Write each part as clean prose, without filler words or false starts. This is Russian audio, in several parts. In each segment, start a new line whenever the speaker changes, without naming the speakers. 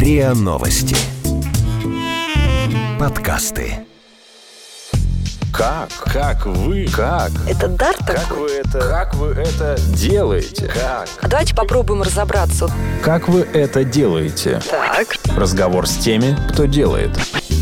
РИА Новости. Подкасты.
Как вы?
Это дар такой?
Как вы это делаете? Как?
А давайте попробуем разобраться.
Как вы это делаете?
Так.
Разговор с теми, кто делает.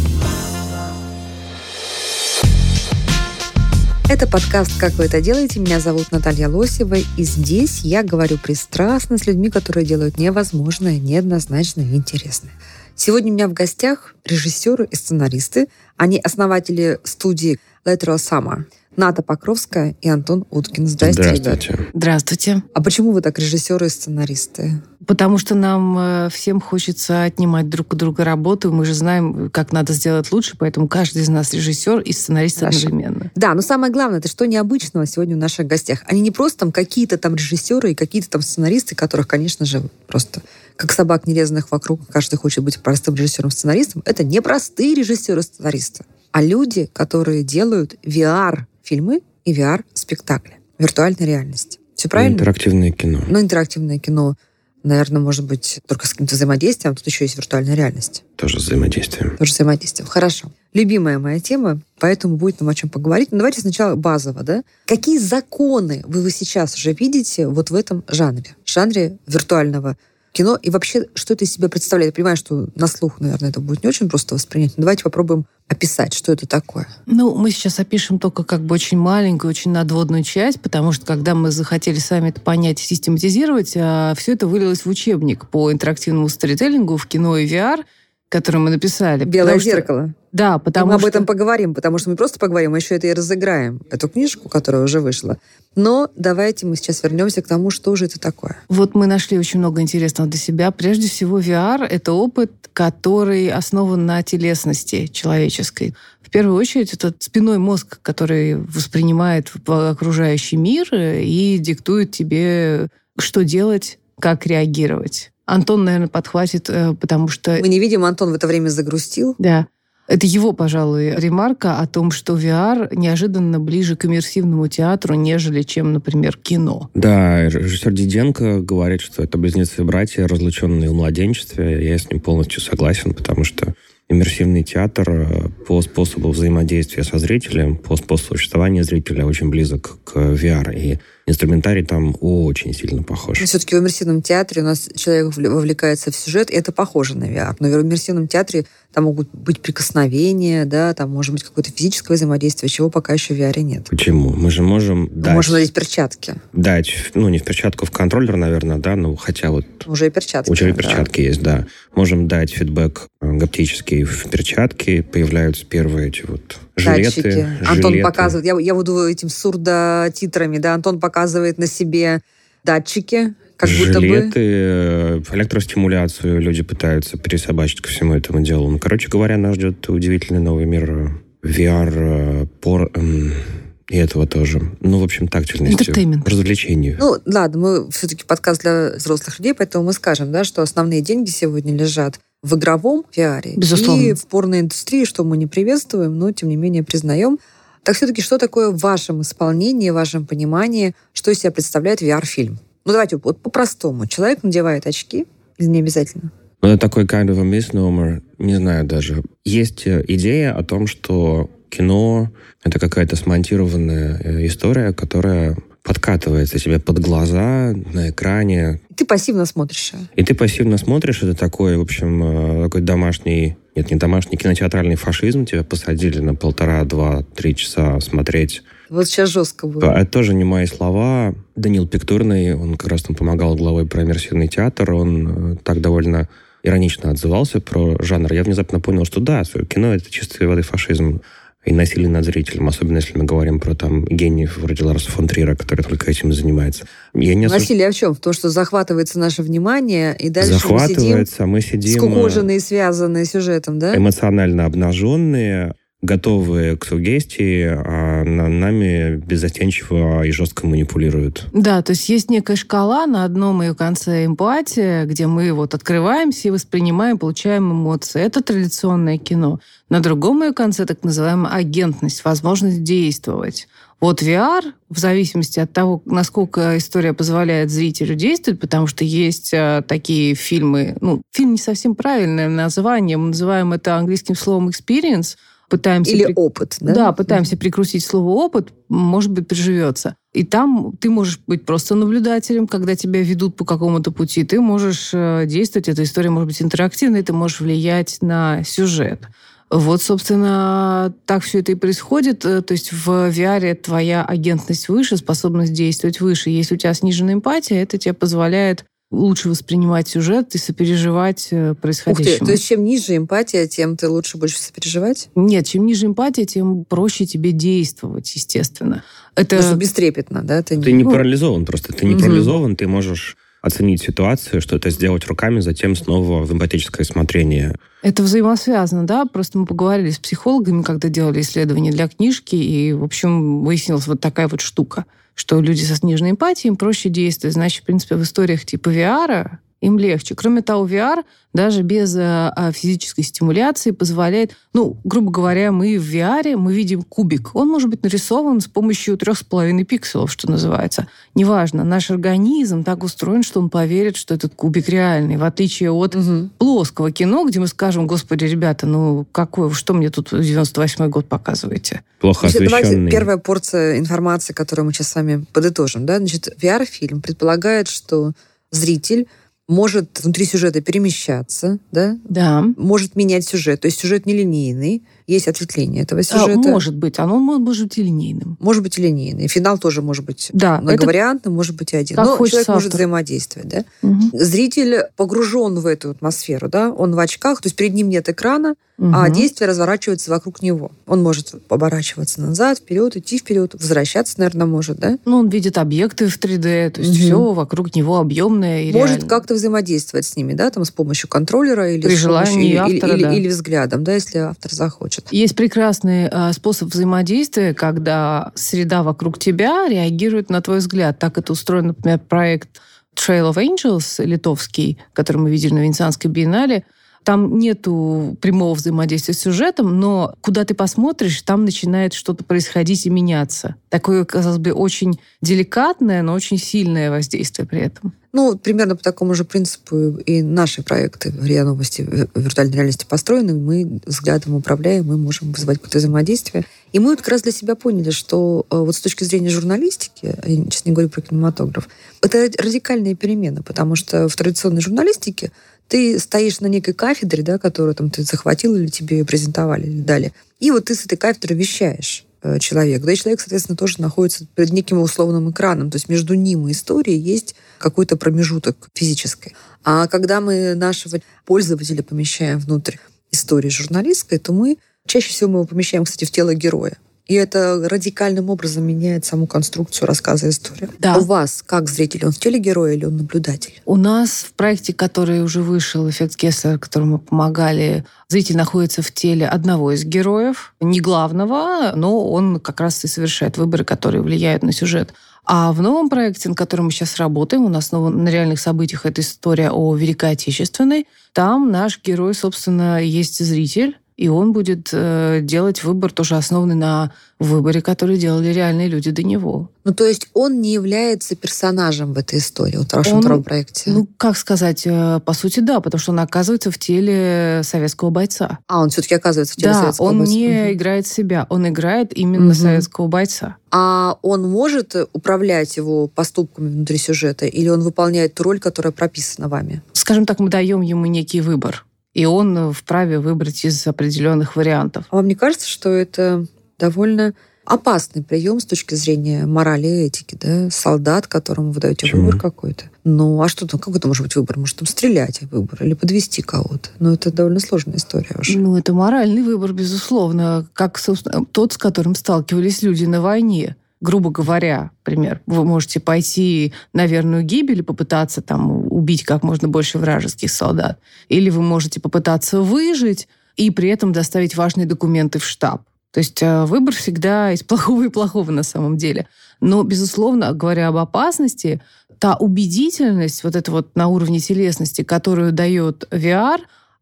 Это подкаст «Как вы это делаете?». Меня зовут Наталья Лосева, и здесь я говорю пристрастно с людьми, которые делают невозможное, неоднозначное и интересное. Сегодня у меня в гостях режиссеры и сценаристы. Они основатели студии Lateral Summer. Ната Покровская и Антон Уткин. Здравствуйте, ребята.
Здравствуйте.
А почему вы так режиссеры и сценаристы?
Потому что нам всем хочется отнимать друг у друга работу. Мы же знаем, как надо сделать лучше, поэтому каждый из нас режиссер и сценарист одновременно.
Да, но самое главное, это что необычного сегодня в наших гостях. Они не просто там какие-то там режиссеры и какие-то там сценаристы, которых, конечно же, просто как собак нерезанных вокруг, каждый хочет быть простым режиссером-сценаристом. Это не простые режиссеры-сценаристы, а люди, которые делают VR-фильмы и VR-спектакли виртуальной реальности. Все правильно?
Интерактивное кино.
Интерактивное кино, наверное, может быть только с каким-то взаимодействием, а тут еще есть виртуальная реальность.
Тоже взаимодействие.
Хорошо. Любимая моя тема, поэтому будет нам о чем поговорить. Но давайте сначала базово, да? Какие законы вы сейчас уже видите вот в этом жанре виртуального кино, и вообще, что это из себя представляет? Я понимаю, что на слух, наверное, это будет не очень просто воспринять, но давайте попробуем описать, что это такое.
Мы сейчас опишем только очень маленькую, очень надводную часть, потому что когда мы захотели сами это понять и систематизировать, все это вылилось в учебник по интерактивному сторителлингу в кино и VR, который мы написали.
«Белое зеркало».
Да, потому
мы
что...
об этом поговорим, потому что мы просто поговорим, а еще это и разыграем, эту книжку, которая уже вышла. Но давайте мы сейчас вернемся к тому, что же это такое.
Вот мы нашли очень много интересного для себя. Прежде всего, VR — это опыт, который основан на телесности человеческой. В первую очередь, это спинной мозг, который воспринимает окружающий мир и диктует тебе, что делать, как реагировать. Антон, наверное, подхватит, потому что...
Мы не видим, Антон в это время загрустил.
Да. Это его, пожалуй, ремарка о том, что VR неожиданно ближе к иммерсивному театру, нежели чем, например, кино.
Да, режиссер Диденко говорит, что это близнецы-братья, разлученные в младенчестве. Я с ним полностью согласен, потому что иммерсивный театр по способу взаимодействия со зрителем, по способу существования зрителя очень близок к VR. И инструментарий там очень сильно похож.
Но все-таки в иммерсивном театре у нас человек вовлекается в сюжет, и это похоже на VR. Но в иммерсивном театре там могут быть прикосновения, да, там может быть какое-то физическое взаимодействие, чего пока еще в VR нет.
Почему? Мы же можем дать...
Можем надеть перчатки.
Дать, не в перчатку, в контроллер, наверное, да, хотя вот...
Уже и перчатки.
Уже и перчатки есть, да. Можем дать фидбэк гаптический в перчатке, появляются первые эти жилеты.
Антон показывает, я буду этим сурдотитрами, да, Антон показывает на себе датчики, как будто бы...
Жилеты, электростимуляцию люди пытаются пересобачить ко всему этому делу. Короче говоря, нас ждет удивительный новый мир VR, и этого тоже. В общем, тактильности. Развлечений.
Ладно, мы все-таки подкаст для взрослых людей, поэтому мы скажем, да, что основные деньги сегодня лежат в игровом VR и в порноиндустрии, что мы не приветствуем, но, тем не менее, признаем. Так все-таки, что такое в вашем исполнении, в вашем понимании, что из себя представляет VR-фильм? Давайте по-простому. Человек надевает очки, или не обязательно?
Это такой kind of a misnomer, не знаю даже. Есть идея о том, что кино — это какая-то смонтированная история, которая подкатывается тебе под глаза на экране.
Ты пассивно смотришь.
Это такой, в общем, такой домашний... Нет, не домашний, кинотеатральный фашизм. Тебя посадили на 1,5, 2, 3 часа смотреть.
Вот сейчас жестко было.
Это тоже не мои слова. Даниил Пиктурный, он как раз там помогал главой про иммерсивный театр. Он так довольно иронично отзывался про жанр. Я внезапно понял, что да, кино — это чистой воды фашизм и насилие над зрителем, особенно если мы говорим про гениев вроде Ларса фон Триера, который только этим занимается.
Насилие в чем? В том, что захватывается наше внимание, и дальше мы сидим скукоженные, связанные сюжетом, да?
Эмоционально обнаженные, готовые к суггестии, а нами беззастенчиво и жестко манипулируют.
Да, то есть есть некая шкала, на одном ее конце эмпатия, где мы открываемся и воспринимаем, получаем эмоции. Это традиционное кино. На другом ее конце так называемая агентность, возможность действовать. Вот VR, в зависимости от того, насколько история позволяет зрителю действовать, потому что есть такие фильмы, фильм не совсем правильное название, мы называем это английским словом experience,
Или опыт, да?
Да, пытаемся прикрутить слово «опыт», может быть, приживется. И там ты можешь быть просто наблюдателем, когда тебя ведут по какому-то пути. Ты можешь действовать, эта история может быть интерактивной, ты можешь влиять на сюжет. Вот, собственно, так все это и происходит. То есть в VR твоя агентность выше, способность действовать выше. Если у тебя сниженная эмпатия, это тебе позволяет лучше воспринимать сюжет и сопереживать происходящему.
Ух ты, то есть чем ниже эмпатия, тем ты лучше будешь сопереживать?
Нет, чем ниже эмпатия, тем проще тебе действовать, естественно. Это...
Потому что бестрепетно, да?
Ты не парализован просто. Ты не парализован, ты можешь оценить ситуацию, что-то сделать руками, затем снова в эмпатическое смотрение.
Это взаимосвязано, да? Просто мы поговорили с психологами, когда делали исследования для книжки, и, в общем, выяснилась вот такая вот штука, что люди со сниженной эмпатией, им проще действовать. Значит, в принципе, в историях типа VR им легче. Кроме того, VR даже без физической стимуляции позволяет... грубо говоря, мы в VR мы видим кубик. Он может быть нарисован с помощью 3,5 пикселов, что называется. Неважно. Наш организм так устроен, что он поверит, что этот кубик реальный. В отличие от плоского кино, где мы скажем: господи, ребята, что мне тут 98-й год показываете?
Плохо освещенный.
Давайте первая порция информации, которую мы сейчас с вами подытожим. Да? Значит, VR-фильм предполагает, что зритель может внутри сюжета перемещаться, да?
Да.
Может менять сюжет. То есть сюжет нелинейный, есть ответвление этого сюжета.
Может быть. Оно может быть и линейным.
Может быть и линейный. Финал тоже может быть многовариантным, может быть и один.
Но
человек
автор
может взаимодействовать, да? Зритель погружен в эту атмосферу, да? Он в очках, то есть перед ним нет экрана, а действие разворачивается вокруг него. Он может оборачиваться назад, вперед, идти вперед, возвращаться, наверное, может, да?
Он видит объекты в 3D, то есть все вокруг него объемное и
может
реальное.
как-то взаимодействовать с ними, да, там с помощью контроллера или
при желании автора,
или взглядом, да, если автор захочет.
Есть прекрасный способ взаимодействия, когда среда вокруг тебя реагирует на твой взгляд. Так это устроен, например, проект Trail of Angels литовский, который мы видели на Венецианской биеннале. Там нету прямого взаимодействия с сюжетом, но куда ты посмотришь, там начинает что-то происходить и меняться. Такое, казалось бы, очень деликатное, но очень сильное воздействие при этом.
Примерно по такому же принципу и наши проекты РИА Новости в виртуальной реальности построены. Мы взглядом управляем, мы можем вызывать какое-то взаимодействие. И мы как раз для себя поняли, что вот с точки зрения журналистики, я сейчас не говорю про кинематограф, это радикальная перемена, потому что в традиционной журналистике ты стоишь на некой кафедре, да, которую там ты захватил или тебе ее презентовали, или дали. И вот ты с этой кафедры вещаешь человеку. Да, и человек, соответственно, тоже находится перед неким условным экраном. То есть между ним и историей есть какой-то промежуток физический. А когда мы нашего пользователя помещаем внутрь истории журналистской, то мы чаще всего мы его помещаем, кстати, в тело героя. И это радикальным образом меняет саму конструкцию рассказа истории.
Да.
У вас как зритель? Он в теле героя или он наблюдатель?
У нас в проекте, который уже вышел, «Эффект Кеслера», которому мы помогали, зритель находится в теле одного из героев, не главного, но он как раз и совершает выборы, которые влияют на сюжет. А в новом проекте, на котором мы сейчас работаем, у нас на реальных событиях это история о Великой Отечественной, там наш герой, собственно, есть зритель, и он будет делать выбор, тоже основанный на выборе, который делали реальные люди до него.
То есть он не является персонажем в этой истории, вот в вашем втором проекте?
Как сказать, по сути, да, потому что он оказывается в теле советского бойца.
Он все-таки оказывается в теле советского бойца?
Да, он не играет себя, он играет именно советского бойца.
А он может управлять его поступками внутри сюжета, или он выполняет ту роль, которая прописана вами?
Скажем так, мы даем ему некий выбор. И он вправе выбрать из определенных вариантов.
А вам не кажется, что это довольно опасный прием с точки зрения морали и этики, да? Солдат, которому вы даете выбор какой-то. А что там, какой это может быть выбор? Может, там стрелять выбор или подвести кого-то? Это довольно сложная история уже.
Это моральный выбор, безусловно, как, собственно, тот, с которым сталкивались люди на войне. Грубо говоря, например, вы можете пойти на верную гибель и попытаться убить как можно больше вражеских солдат. Или вы можете попытаться выжить и при этом доставить важные документы в штаб. То есть выбор всегда из плохого и плохого на самом деле. Но, безусловно, говоря об опасности, та убедительность, вот это вот на уровне телесности, которую дает VR,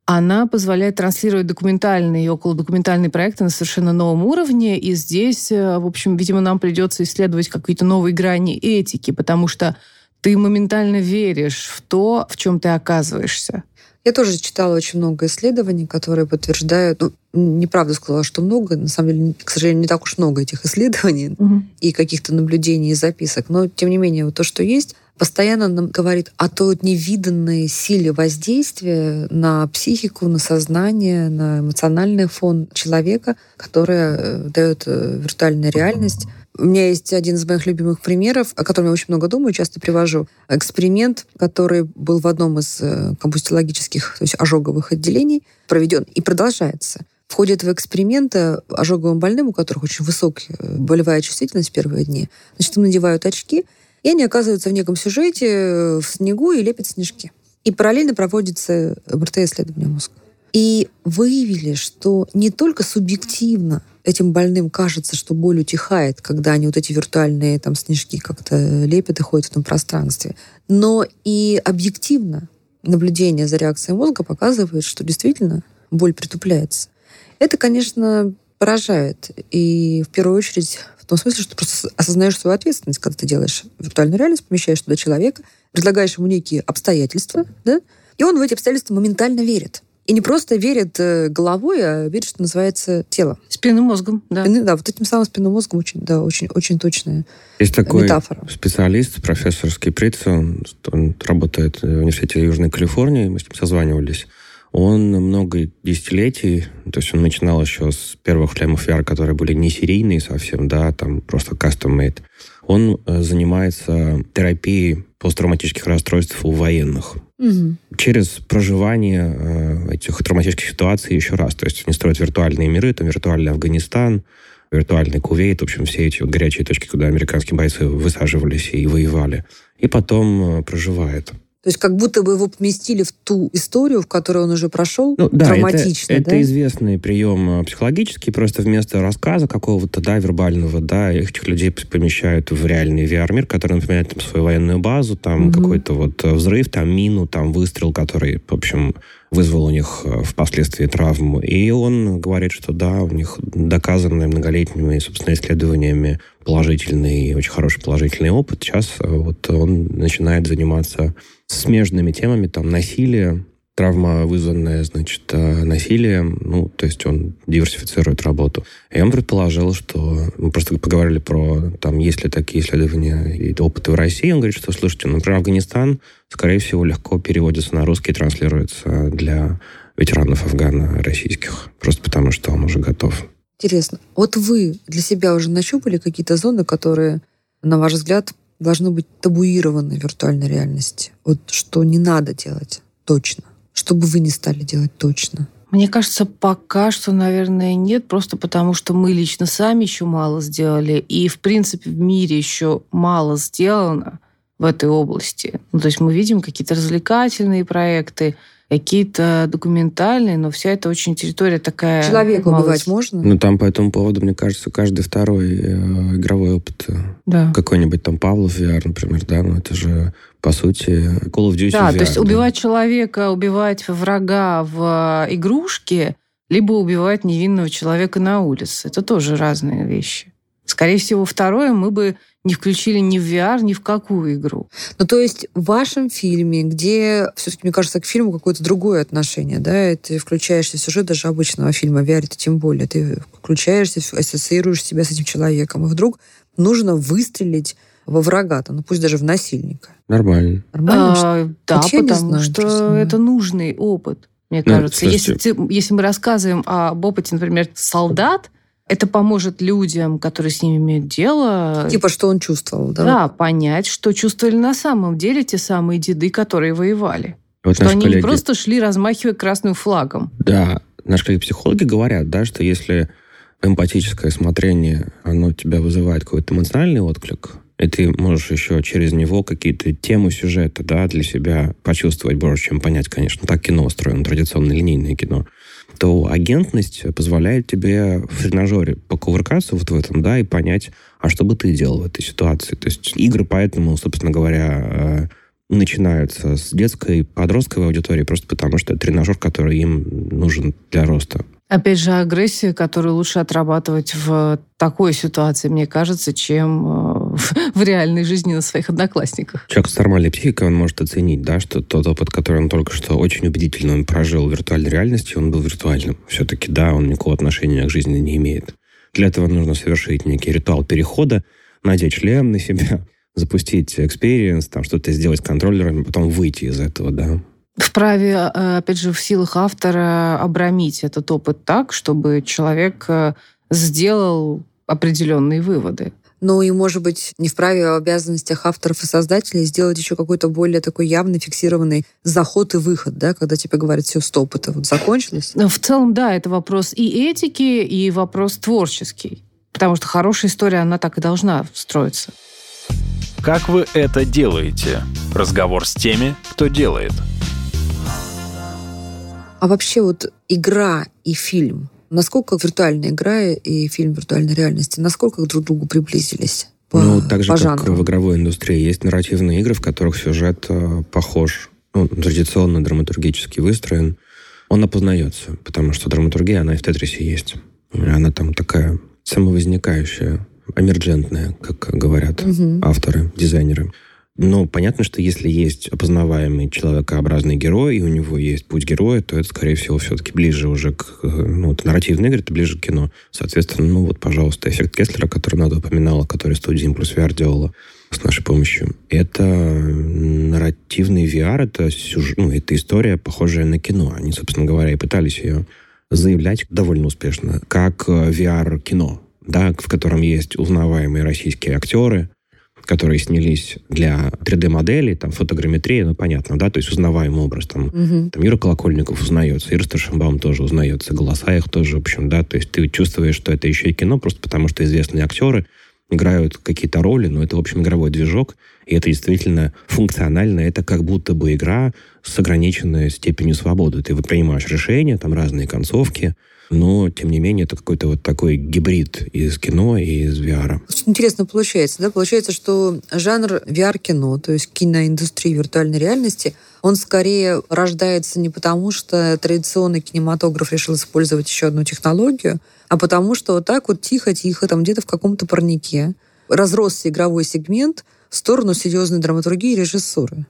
она позволяет транслировать документальные и околодокументальные проекты на совершенно новом уровне. И здесь, в общем, видимо, нам придется исследовать какие-то новые грани этики, потому что ты моментально веришь в то, в чем ты оказываешься.
Я тоже читала очень много исследований, которые подтверждают... неправда сказала, что много. На самом деле, к сожалению, не так уж много этих исследований и каких-то наблюдений и записок. Но, тем не менее, вот то, что есть, постоянно нам говорит о той невиданной силе воздействия на психику, на сознание, на эмоциональный фон человека, которая дает виртуальная реальность. У меня есть один из моих любимых примеров, о котором я очень много думаю, часто привожу. Эксперимент, который был в одном из комбустологических, то есть ожоговых отделений, проведен и продолжается. В ходе этого эксперимента ожоговым больным, у которых очень высокая болевая чувствительность в первые дни, значит, им надевают очки, и они оказываются в неком сюжете в снегу и лепят снежки. И параллельно проводится МРТ-исследование мозга. И выявили, что не только субъективно этим больным кажется, что боль утихает, когда они вот эти виртуальные там снежки как-то лепят и ходят в этом пространстве, но и объективно наблюдение за реакцией мозга показывает, что действительно боль притупляется. Это, конечно, поражает. И в первую очередь в том смысле, что ты просто осознаешь свою ответственность, когда ты делаешь виртуальную реальность, помещаешь туда человека, предлагаешь ему некие обстоятельства, да? И он в эти обстоятельства моментально верит. И не просто верит головой, а верит, что называется, телом.
Спинным мозгом, да.
Да, вот этим самым спинным мозгом очень точная
Есть такой
метафора.
Специалист, профессор Скиприца, он работает в университете Южной Калифорнии, мы с ним созванивались. Он много десятилетий, то есть он начинал еще с первых шлемов VR, которые были не серийные совсем, да, там просто custom-made. Он занимается терапией посттравматических расстройств у военных. Через проживание этих травматических ситуаций еще раз. То есть они строят виртуальные миры, там виртуальный Афганистан, виртуальный Кувейт, в общем, все эти вот горячие точки, куда американские бойцы высаживались и воевали. И потом проживает.
То есть как будто бы его поместили в ту историю, в которой он уже прошел, травматично.
Это известный прием психологический, просто вместо рассказа какого-то, да, вербального, да, этих людей помещают в реальный VR-мир, который напоминает там свою военную базу, там какой-то вот взрыв, там мину, там выстрел, который, в общем, вызвал у них впоследствии травму. И он говорит, что да, у них доказанный многолетними, собственно, исследованиями положительный, очень хороший положительный опыт. Сейчас вот он начинает заниматься смежными темами, там, насилие, травма, вызванная, значит, насилием, ну, то есть он диверсифицирует работу. И он предположил, что... Мы просто поговорили про, там, есть ли такие исследования и опыты в России. Он говорит, что, слушайте, например, Афганистан, скорее всего, легко переводится на русский и транслируется для ветеранов Афгана российских, просто потому что он уже готов.
Интересно. Вот вы для себя уже нащупали какие-то зоны, которые, на ваш взгляд, должны быть табуированы в виртуальной реальности? Вот что не надо делать точно? Что бы вы не стали делать точно?
Мне кажется, пока что, наверное, нет, просто потому что мы лично сами еще мало сделали, и, в принципе, в мире еще мало сделано в этой области. Ну, то есть мы видим какие-то развлекательные проекты, какие-то документальные, но вся эта очень территория такая...
Человека убивать можно?
Ну, там по этому поводу, мне кажется, каждый второй игровой опыт. Да. Какой-нибудь там Павлов VR, например, да, ну это же, по сути, Call of Duty
да, VR. То есть
да.
Убивать человека, убивать врага в игрушке, либо убивать невинного человека на улице. Это тоже разные вещи. Скорее всего, второе мы бы не включили ни в VR, ни в какую игру.
Ну, то есть в вашем фильме, где все-таки, мне кажется, к фильму какое-то другое отношение, да, ты включаешься в сюжет даже обычного фильма, в VR тем более, ты включаешься, ассоциируешь себя с этим человеком, и вдруг нужно выстрелить во врага, ну пусть даже в насильника.
Нормально.
Нормально?
Да, потому что это нужный опыт, мне кажется. Если мы рассказываем об опыте, например, солдат, это поможет людям, которые с ними имеют дело...
Типа, что он чувствовал, да?
Да, понять, что чувствовали на самом деле те самые деды, которые воевали. Вот что они не просто шли, размахивая красным флагом.
Да, наши коллеги-психологи говорят, да, что если эмпатическое смотрение, оно у тебя вызывает какой-то эмоциональный отклик, и ты можешь еще через него какие-то темы сюжета, да, для себя почувствовать больше, чем понять, конечно. Так кино устроено, традиционное линейное кино. То агентность позволяет тебе в тренажере покувыркаться вот в этом, да, и понять, а что бы ты делал в этой ситуации. То есть игры поэтому, собственно говоря, начинаются с детской, подростковой аудитории, просто потому что это тренажер, который им нужен для роста.
Опять же, агрессия, которую лучше отрабатывать в такой ситуации, мне кажется, чем в реальной жизни на своих одноклассниках.
Человек с нормальной психикой, он может оценить, да, что тот опыт, который он только что очень убедительно он прожил в виртуальной реальности, он был виртуальным. Все-таки, да, он никакого отношения к жизни не имеет. Для этого нужно совершить некий ритуал перехода, надеть шлем на себя, запустить экспириенс, там что-то сделать с контроллерами, потом выйти из этого, да.
Вправе, опять же, в силах автора обрамить этот опыт так, чтобы человек сделал определенные выводы.
Ну и, может быть, не вправе, а в обязанностях авторов и создателей сделать еще какой-то более такой явный, фиксированный заход и выход, да, когда тебе говорят, все, стоп, это вот закончилось.
В целом, да, это вопрос и этики, и вопрос творческий. Потому что хорошая история, она так и должна строиться.
Как вы это делаете? Разговор с теми, кто делает.
А вообще вот игра и фильм, насколько виртуальная игра и фильм виртуальной реальности, насколько друг к другу приблизились по
так же,
жанру?
как в игровой индустрии. Есть нарративные игры, в которых сюжет похож, традиционно драматургически выстроен. Он опознается, потому что драматургия, она и в Тетрисе есть. Она там такая самовозникающая, эмерджентная, как говорят авторы, дизайнеры. Но понятно, что если есть опознаваемый человекообразный герой, и у него есть путь героя, то это, скорее всего, все-таки ближе уже к... нарративной игре, это ближе к кино. Соответственно, пожалуйста, эффект Кеслера, который Надя упоминала, который студия Impulse VR делала с нашей помощью. Это нарративный VR, это история, похожая на кино. Они, собственно говоря, и пытались ее заявлять довольно успешно, как VR-кино, да, в котором есть узнаваемые российские актеры, которые снялись для 3D-моделей, там, фотограмметрия, понятно, да, то есть узнаваемый образ, там Юра Колокольников узнается, Ира Старшенбаум тоже узнается, голоса их тоже, в общем, да, то есть ты чувствуешь, что это еще и кино, просто потому что известные актеры играют какие-то роли, но это, в общем, игровой движок, и это действительно функционально, это как будто бы игра с ограниченной степенью свободы. Ты принимаешь решения, там разные концовки, но, тем не менее, это какой-то вот такой гибрид из кино и из VR.
Очень интересно получается, да? Получается, что жанр VR-кино, то есть киноиндустрии виртуальной реальности, он скорее рождается не потому, что традиционный кинематограф решил использовать еще одну технологию, а потому что вот так вот тихо-тихо, там где-то в каком-то парнике разросся игровой сегмент в сторону серьезной драматургии и режиссуры.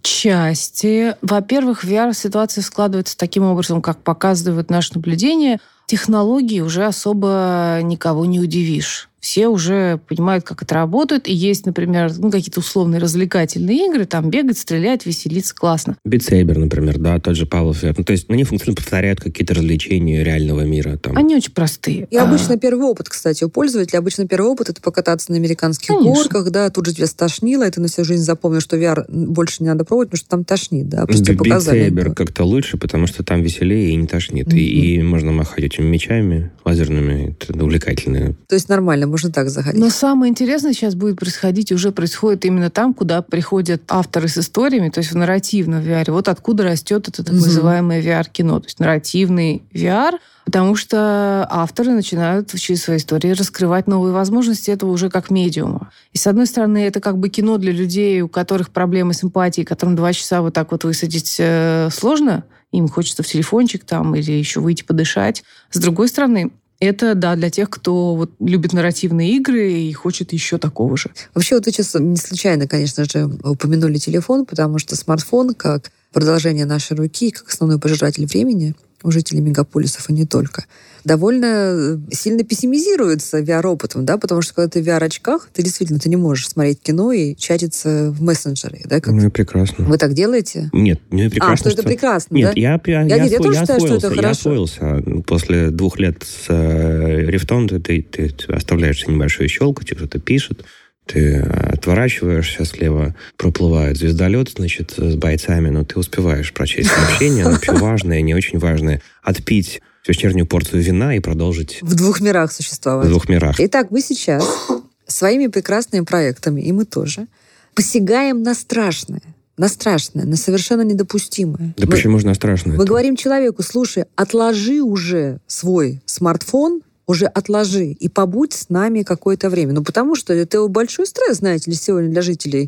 Отчасти. Во-первых, VR-ситуация складывается таким образом, как показывают наши наблюдения. Технологии уже особо никого не удивишь. Все уже понимают, как это работает. И есть, например, какие-то условные развлекательные игры, там бегать, стрелять, веселиться, классно.
Beat Saber, например, да, тот же Pavlov. То есть они функционально повторяют какие-то развлечения реального мира. Там.
Они очень простые.
И обычно первый опыт, кстати, у пользователя, обычно первый опыт — это покататься на американских горках, да, тут же тебя стошнило, и ты на всю жизнь запомнил, что VR больше не надо пробовать, потому что там тошнит, да, просто
Beat
показали.
Saber как-то лучше, потому что там веселее и не тошнит. И можно махать этими мечами лазерными, это увлекательно.
То есть нормально, можно так заходить.
Но самое интересное сейчас будет происходить, уже происходит именно там, куда приходят авторы с историями, то есть в нарративном VR. Вот откуда растет это так называемое VR-кино, то есть нарративный VR, потому что авторы начинают через свои истории раскрывать новые возможности этого уже как медиума. И, с одной стороны, это как бы кино для людей, у которых проблемы с эмпатией, которым 2 часа вот так вот высадить сложно, им хочется в телефончик там или еще выйти подышать. С другой стороны, это, да, для тех, кто любит нарративные игры и хочет еще такого же.
Вообще, вы сейчас не случайно, конечно же, упомянули телефон, потому что смартфон, как продолжение нашей руки, как основной пожиратель времени у жителей мегаполисов и не только, довольно сильно пессимизируется VR-опытом, да, потому что когда ты в VR-очках, ты действительно не можешь смотреть кино и чатиться в мессенджере, да? Как...
Ну и прекрасно.
Вы так делаете?
Нет, ну и прекрасно.
Что это прекрасно,
Нет,
да?
я
тоже считаю, что это хорошо.
Я освоился. После 2 лет с рифтом ты оставляешь небольшую щелку, тебе кто-то пишет, ты отворачиваешься, слева проплывает звездолет, значит, с бойцами, но ты успеваешь прочесть сообщение, вообще важное, не очень важное, отпить вечернюю порцию вина и продолжить...
В 2 мирах существовать.
В 2 мирах.
Итак, вы сейчас своими прекрасными проектами, и мы тоже, посягаем на страшное, на совершенно недопустимое.
Да почему же на страшное?
Мы говорим человеку, слушай, отложи уже свой смартфон, уже отложи и побудь с нами какое-то время. Потому что это большой стресс, знаете ли, сегодня для жителей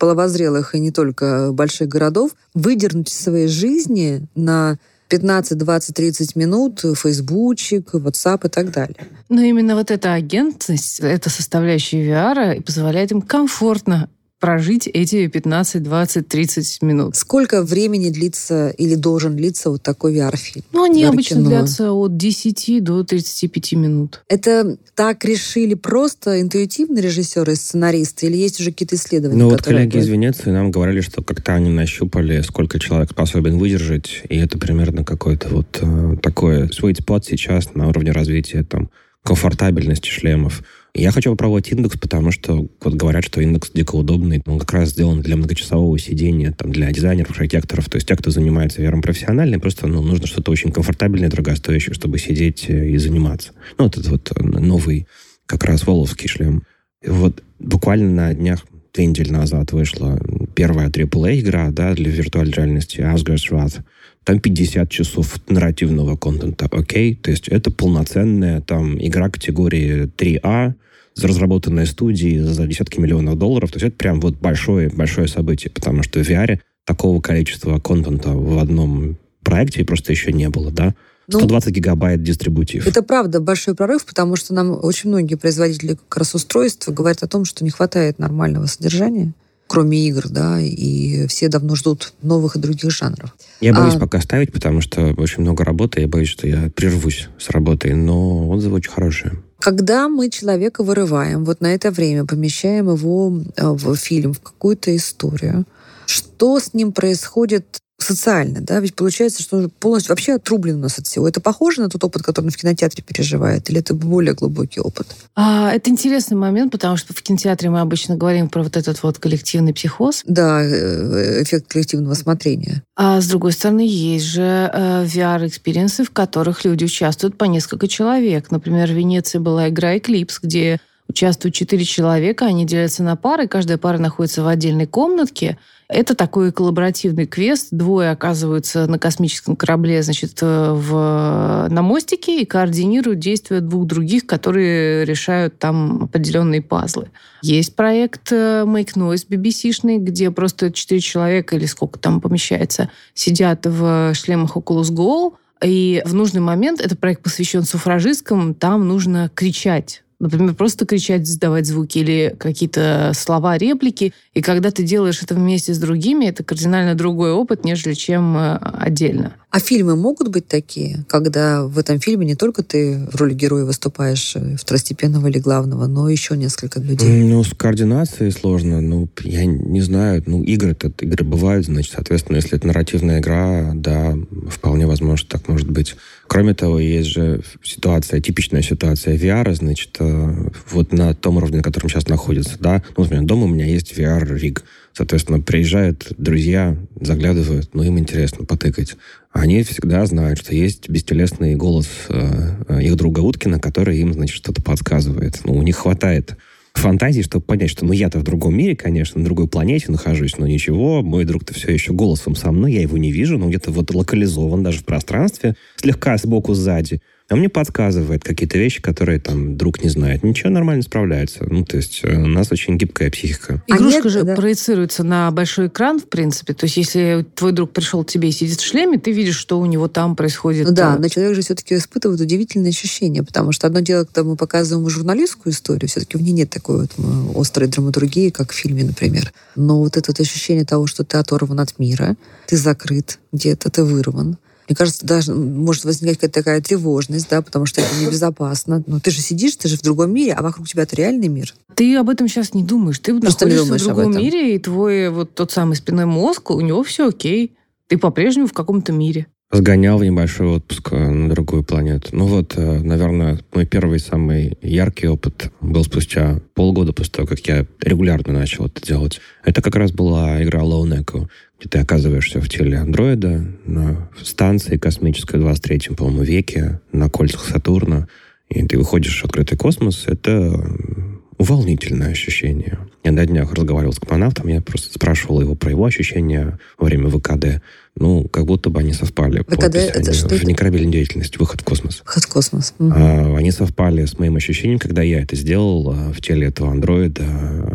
половозрелых и не только больших городов, выдернуть из своей жизни на 15, 20, 30 минут фейсбучик, WhatsApp и так далее.
Но именно вот эта агентность, эта составляющая VR и позволяет им комфортно прожить эти 15, 20, 30 минут.
Сколько времени длится или должен длиться вот такой VR-фильм?
Ну, они обычно длятся от 10 до 35 минут.
Это так решили просто интуитивно режиссеры и сценаристы, или есть уже какие-то исследования?
Ну, вот коллеги из Венеции нам говорили, что как-то они нащупали, сколько человек способен выдержать, и это примерно какой-то вот такой sweet spot сейчас на уровне развития там комфортабельности шлемов. Я хочу попробовать индекс, потому что вот говорят, что индекс дико удобный. Он как раз сделан для многочасового сидения, там, для дизайнеров, архитекторов. То есть те, кто занимается VR профессионально, просто нужно что-то очень комфортабельное, дорогостоящее, чтобы сидеть и заниматься. Ну, вот этот вот новый как раз воловский шлем. И вот буквально на днях, 2 недели назад вышла первая AAA-игра, да, для виртуальной реальности Asgard's Wrath. Там 50 часов нарративного контента, окей? То есть это полноценная там игра категории 3А, разработанная студией за десятки миллионов долларов. То есть это прям вот большое событие, потому что в VR такого количества контента в одном проекте просто еще не было, да? 120 гигабайт дистрибутив.
Это правда большой прорыв, потому что нам очень многие производители как раз устройств говорят о том, что не хватает нормального содержания, кроме игр, да, и все давно ждут новых и других жанров.
Я боюсь пока ставить, потому что очень много работы, я боюсь, что я прервусь с работой, но отзывы очень хорошие.
Когда мы человека вырываем, вот на это время помещаем его в фильм, в какую-то историю, что с ним происходит социально, да? Ведь получается, что он полностью вообще отрублен у нас от всего. Это похоже на тот опыт, который он в кинотеатре переживает? Или это более глубокий опыт?
Это интересный момент, потому что в кинотеатре мы обычно говорим про вот этот вот коллективный психоз.
Да, эффект коллективного смотрения.
А с другой стороны, есть же VR-экспириенсы, в которых люди участвуют по несколько человек. Например, в Венеции была игра «Эклипс», где участвуют 4 человека, они делятся на пары, каждая пара находится в отдельной комнатке. Это такой коллаборативный квест. 2 оказываются на космическом корабле, значит, на мостике и координируют действия 2 других, которые решают там определенные пазлы. Есть проект Make Noise BBC-шный, где просто 4 человека или сколько там помещается, сидят в шлемах Oculus Go, и в нужный момент, этот проект посвящен суфражисткам, там нужно кричать. Например, просто кричать, издавать звуки или какие-то слова, реплики. И когда ты делаешь это вместе с другими, это кардинально другой опыт, нежели чем отдельно.
А фильмы могут быть такие, когда в этом фильме не только ты в роли героя выступаешь, второстепенного или главного, но еще несколько людей?
Ну, с координацией сложно. Ну, я не знаю. Ну, игры бывают, значит, соответственно, если это нарративная игра, да, вполне возможно, так может быть. Кроме того, есть же типичная ситуация VR, значит, вот на том уровне, на котором сейчас находится, да. Ну, например, дома у меня есть VR-риг. Соответственно, приезжают друзья, заглядывают, им интересно потыкать. Они всегда знают, что есть бестелесный голос их друга Уткина, который им, значит, что-то подсказывает. У них хватает фантазии, чтобы понять, что я-то в другом мире, конечно, на другой планете нахожусь, но ничего, мой друг-то все еще голосом со мной, я его не вижу, но где-то вот локализован даже в пространстве, слегка сбоку, сзади. А мне подсказывает какие-то вещи, которые там друг не знает. Ничего, нормально справляется. То есть у нас очень гибкая психика.
Игрушка же проецируется на большой экран, в принципе. То есть если твой друг пришел к тебе и сидит в шлеме, ты видишь, что у него там происходит.
Да, но человек же все-таки испытывает удивительные ощущения, потому что одно дело, когда мы показываем журналистскую историю, все-таки в ней нет такой вот острой драматургии, как в фильме, например. Но вот это вот ощущение того, что ты оторван от мира, ты закрыт где-то, ты вырван. Мне кажется, даже может возникать какая-то такая тревожность, да, потому что это небезопасно. Но ты же сидишь, ты же в другом мире, а вокруг тебя-то реальный мир.
Ты об этом сейчас не думаешь. Ты
просто
находишься в другом мире, и твой вот тот самый спинной мозг, у него все окей. Ты по-прежнему в каком-то мире.
Сгонял в небольшой отпуск на другую планету. Наверное, мой первый самый яркий опыт был спустя полгода после того, как я регулярно начал это делать. Это как раз была игра Lone Echo, где ты оказываешься в теле андроида на станции космической в 23-м, по-моему, веке, на кольцах Сатурна, и ты выходишь в открытый космос. Это волнительное ощущение. Я на днях разговаривал с космонавтом, я просто спрашивал его про его ощущения во время ВКД. Как будто бы они совпали.
ВКД — это что?
Внекорабельная деятельность, выход в космос.
Выход в космос.
Они совпали с моим ощущением, когда я это сделал в теле этого андроида.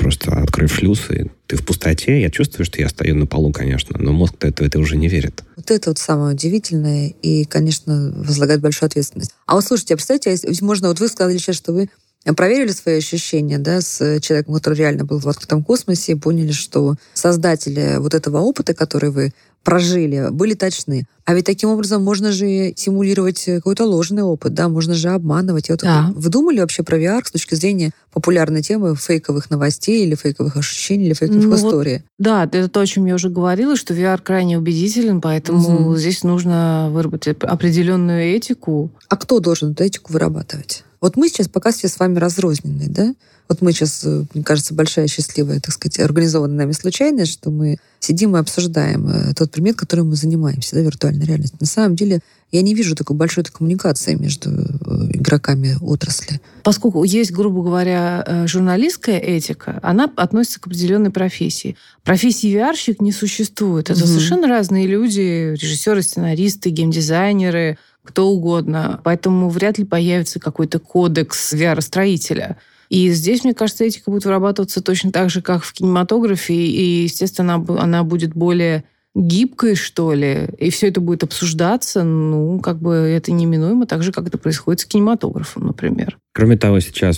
просто открыв шлюз, и ты в пустоте. Я чувствую, что я стою на полу, конечно, но мозг-то это уже не верит.
Вот это вот самое удивительное и, конечно, возлагает большую ответственность. А вот слушайте, а представьте, можно, вот вы сказали сейчас, что вы проверили свои ощущения, да, с человеком, который реально был в открытом космосе, и поняли, что создатели вот этого опыта, который вы прожили, были точны. А ведь таким образом можно же симулировать какой-то ложный опыт, да, можно же обманывать.
Да.
Вы думали вообще про VR с точки зрения популярной темы фейковых новостей или фейковых ощущений, или фейковых историй?
Да, это то, о чем я уже говорила, что VR крайне убедителен, поэтому здесь нужно выработать определенную этику.
А кто должен эту этику вырабатывать? Вот мы сейчас пока все с вами разрозненные, да? Вот мы сейчас, мне кажется, большая счастливая, так сказать, организованная нами случайность, что мы сидим и обсуждаем тот предмет, которым мы занимаемся, да, виртуальная реальность. На самом деле я не вижу такой большой коммуникации между игроками отрасли.
Поскольку есть, грубо говоря, журналистская этика, она относится к определенной профессии. Профессии VR-щик не существует. Это совершенно разные люди, режиссеры, сценаристы, геймдизайнеры, кто угодно. Поэтому вряд ли появится какой-то кодекс VR-строителя. И здесь, мне кажется, этика будет вырабатываться точно так же, как в кинематографе. И, естественно, она будет более гибкой, что ли. И все это будет обсуждаться. Ну, как бы это неминуемо, так же, как это происходит с кинематографом, например.
Кроме того, сейчас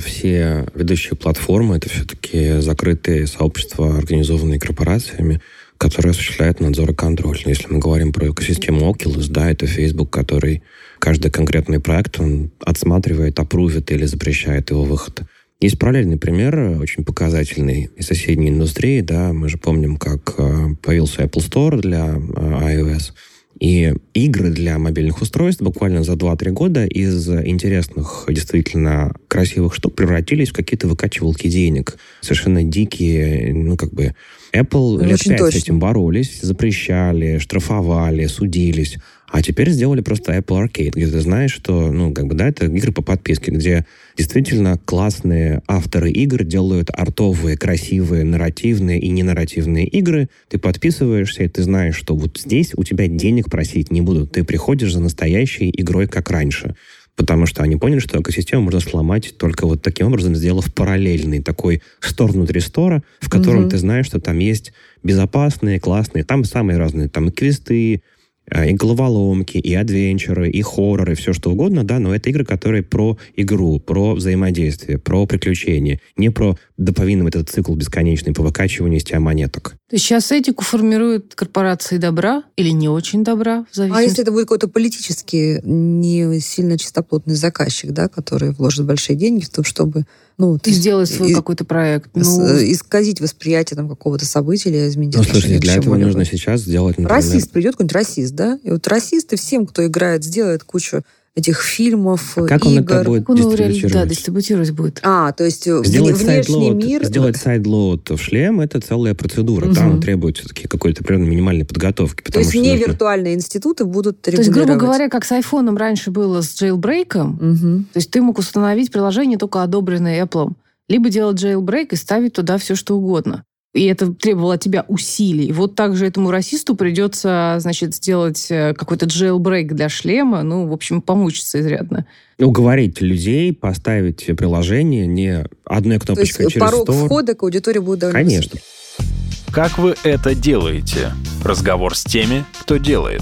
все ведущие платформы — это все-таки закрытые сообщества, организованные корпорациями, которые осуществляют надзор и контроль. Если мы говорим про экосистему Oculus, да, это Facebook, который каждый конкретный проект он отсматривает, апрувит или запрещает его выход. Есть параллельный пример, очень показательный из соседней индустрии. Да, мы же помним, как появился Apple Store для iOS. И игры для мобильных устройств буквально за 2-3 года из интересных, действительно красивых штук превратились в какие-то выкачивалки денег. Совершенно дикие, Apple лет 5 с этим боролись, запрещали, штрафовали, судились. А теперь сделали просто Apple Arcade, где ты знаешь, что, это игры по подписке, где действительно классные авторы игр делают артовые, красивые, нарративные и ненарративные игры. Ты подписываешься, и ты знаешь, что вот здесь у тебя денег просить не будут. Ты приходишь за настоящей игрой, как раньше. Потому что они поняли, что экосистему можно сломать только вот таким образом, сделав параллельный такой стор внутри стора, в котором ты знаешь, что там есть безопасные, классные, там самые разные, там и квесты, и головоломки, и адвенчеры, и хорроры, все что угодно, да, но это игры, которые про игру, про взаимодействие, про приключения, не про доповинный этот цикл бесконечный по выкачиванию из тебя монеток.
То есть сейчас этику формируют корпорации добра или не очень добра, в зависимости.
А если это будет какой-то политически не сильно чистоплотный заказчик, да, который вложит большие деньги в то, чтобы
сделать свой какой-то проект.
Исказить восприятие какого-то события или изменить отношения.
Слушайте, для этого нужно сейчас сделать, например...
Расист, придет какой-нибудь расист, да? И вот расисты всем, кто играет, сделает кучу этих фильмов,
как
игр.
Он это будет дистрибутировать?
Да, дистрибутировать будет.
То есть внешний мир...
Сделать сайдлоуд в шлем — это целая процедура. Там требует все-таки какой-то определенной минимальной подготовки.
То есть не виртуальные институты будут регулировать.
То есть, грубо говоря, как с айфоном раньше было с джейлбрейком, то есть ты мог установить приложение только одобренное Apple, либо делать джейлбрейк и ставить туда все, что угодно. И это требовало от тебя усилий. Вот так же этому расисту придется, сделать какой-то джейлбрейк для шлема. В общем, помучиться изрядно.
Уговорить людей поставить приложение не одной кнопочкой через
порог
Store.
Входа к аудитории будет довольно
Конечно.
Как вы это делаете? Разговор с теми, кто делает.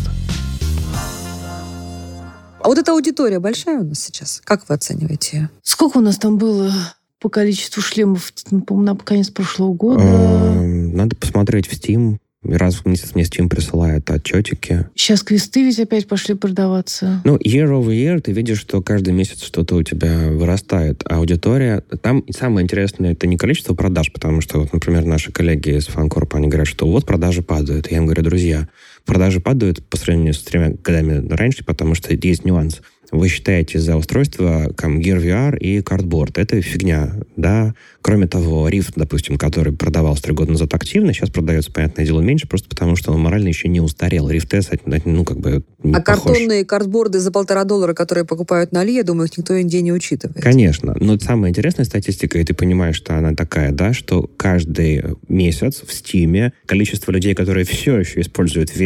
А вот эта аудитория большая у нас сейчас? Как вы оцениваете ее?
Сколько у нас там было по количеству шлемов, по-моему, на конец прошлого года?
Надо посмотреть в Steam. Раз в месяц мне Steam присылает отчетики.
Сейчас квесты ведь опять пошли продаваться.
Year over year ты видишь, что каждый месяц что-то у тебя вырастает. А аудитория... Там самое интересное, это не количество продаж, потому что, например, наши коллеги из FanCorp, они говорят, что вот продажи падают. Я им говорю, друзья, продажи падают по сравнению с 3 годами раньше, потому что есть нюанс. Вы считаете за устройство Gear VR и Cardboard. Это фигня, да. Кроме того, Rift, допустим, который продавался 3 года назад активно, сейчас продается, понятное дело, меньше, просто потому что он морально еще не устарел. Rift S, не похож.
Картонные картборды за $1,5, которые покупают на Али, я думаю, их никто нигде не учитывает.
Конечно. Но самая интересная статистика, и ты понимаешь, что она такая, да, что каждый месяц в Steam количество людей, которые все еще используют VR,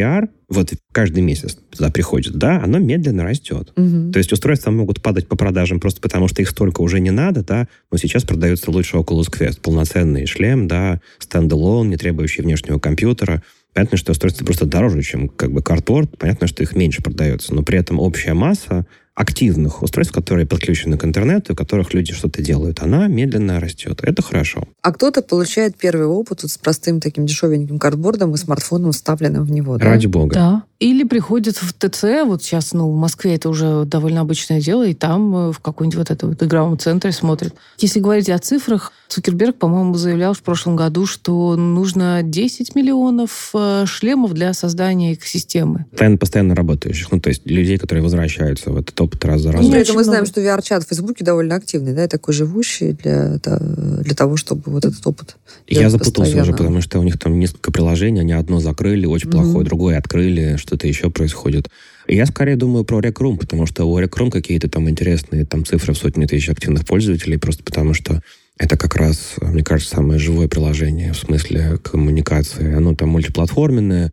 вот каждый месяц туда приходит, да, оно медленно растет. То есть устройства могут падать по продажам просто потому, что их столько уже не надо, да, но сейчас продается лучше Oculus Quest, полноценный шлем, да, стендалон, не требующий внешнего компьютера. Понятно, что устройства просто дороже, чем как бы картборд, понятно, что их меньше продается, но при этом общая масса активных устройств, которые подключены к интернету, у которых люди что-то делают, она медленно растет. Это хорошо.
А кто-то получает первый опыт вот с простым таким дешевеньким картбордом и смартфоном, вставленным в него.
Ради бога.
Да. Или приходят в ТЦ, вот сейчас, в Москве это уже довольно обычное дело, и там в каком-нибудь вот этом вот игровом центре смотрят. Если говорить о цифрах, Цукерберг, по-моему, заявлял в прошлом году, что нужно 10 миллионов шлемов для создания экосистемы.
Постоянно работающих. То есть людей, которые возвращаются в этот опыт раз за разом.
При этом мы знаем, что VR-чат в Фейсбуке довольно активный, да, и такой живущий для того, чтобы вот этот опыт
Я запутался постоянно. Уже, потому что у них там несколько приложений, они одно закрыли, очень плохое, другое открыли, что-то еще происходит. И я скорее думаю про Rec Room, потому что у Rec Room какие-то там интересные там цифры в сотни тысяч активных пользователей, просто потому что это как раз, мне кажется, самое живое приложение в смысле коммуникации. Оно там мультиплатформенное,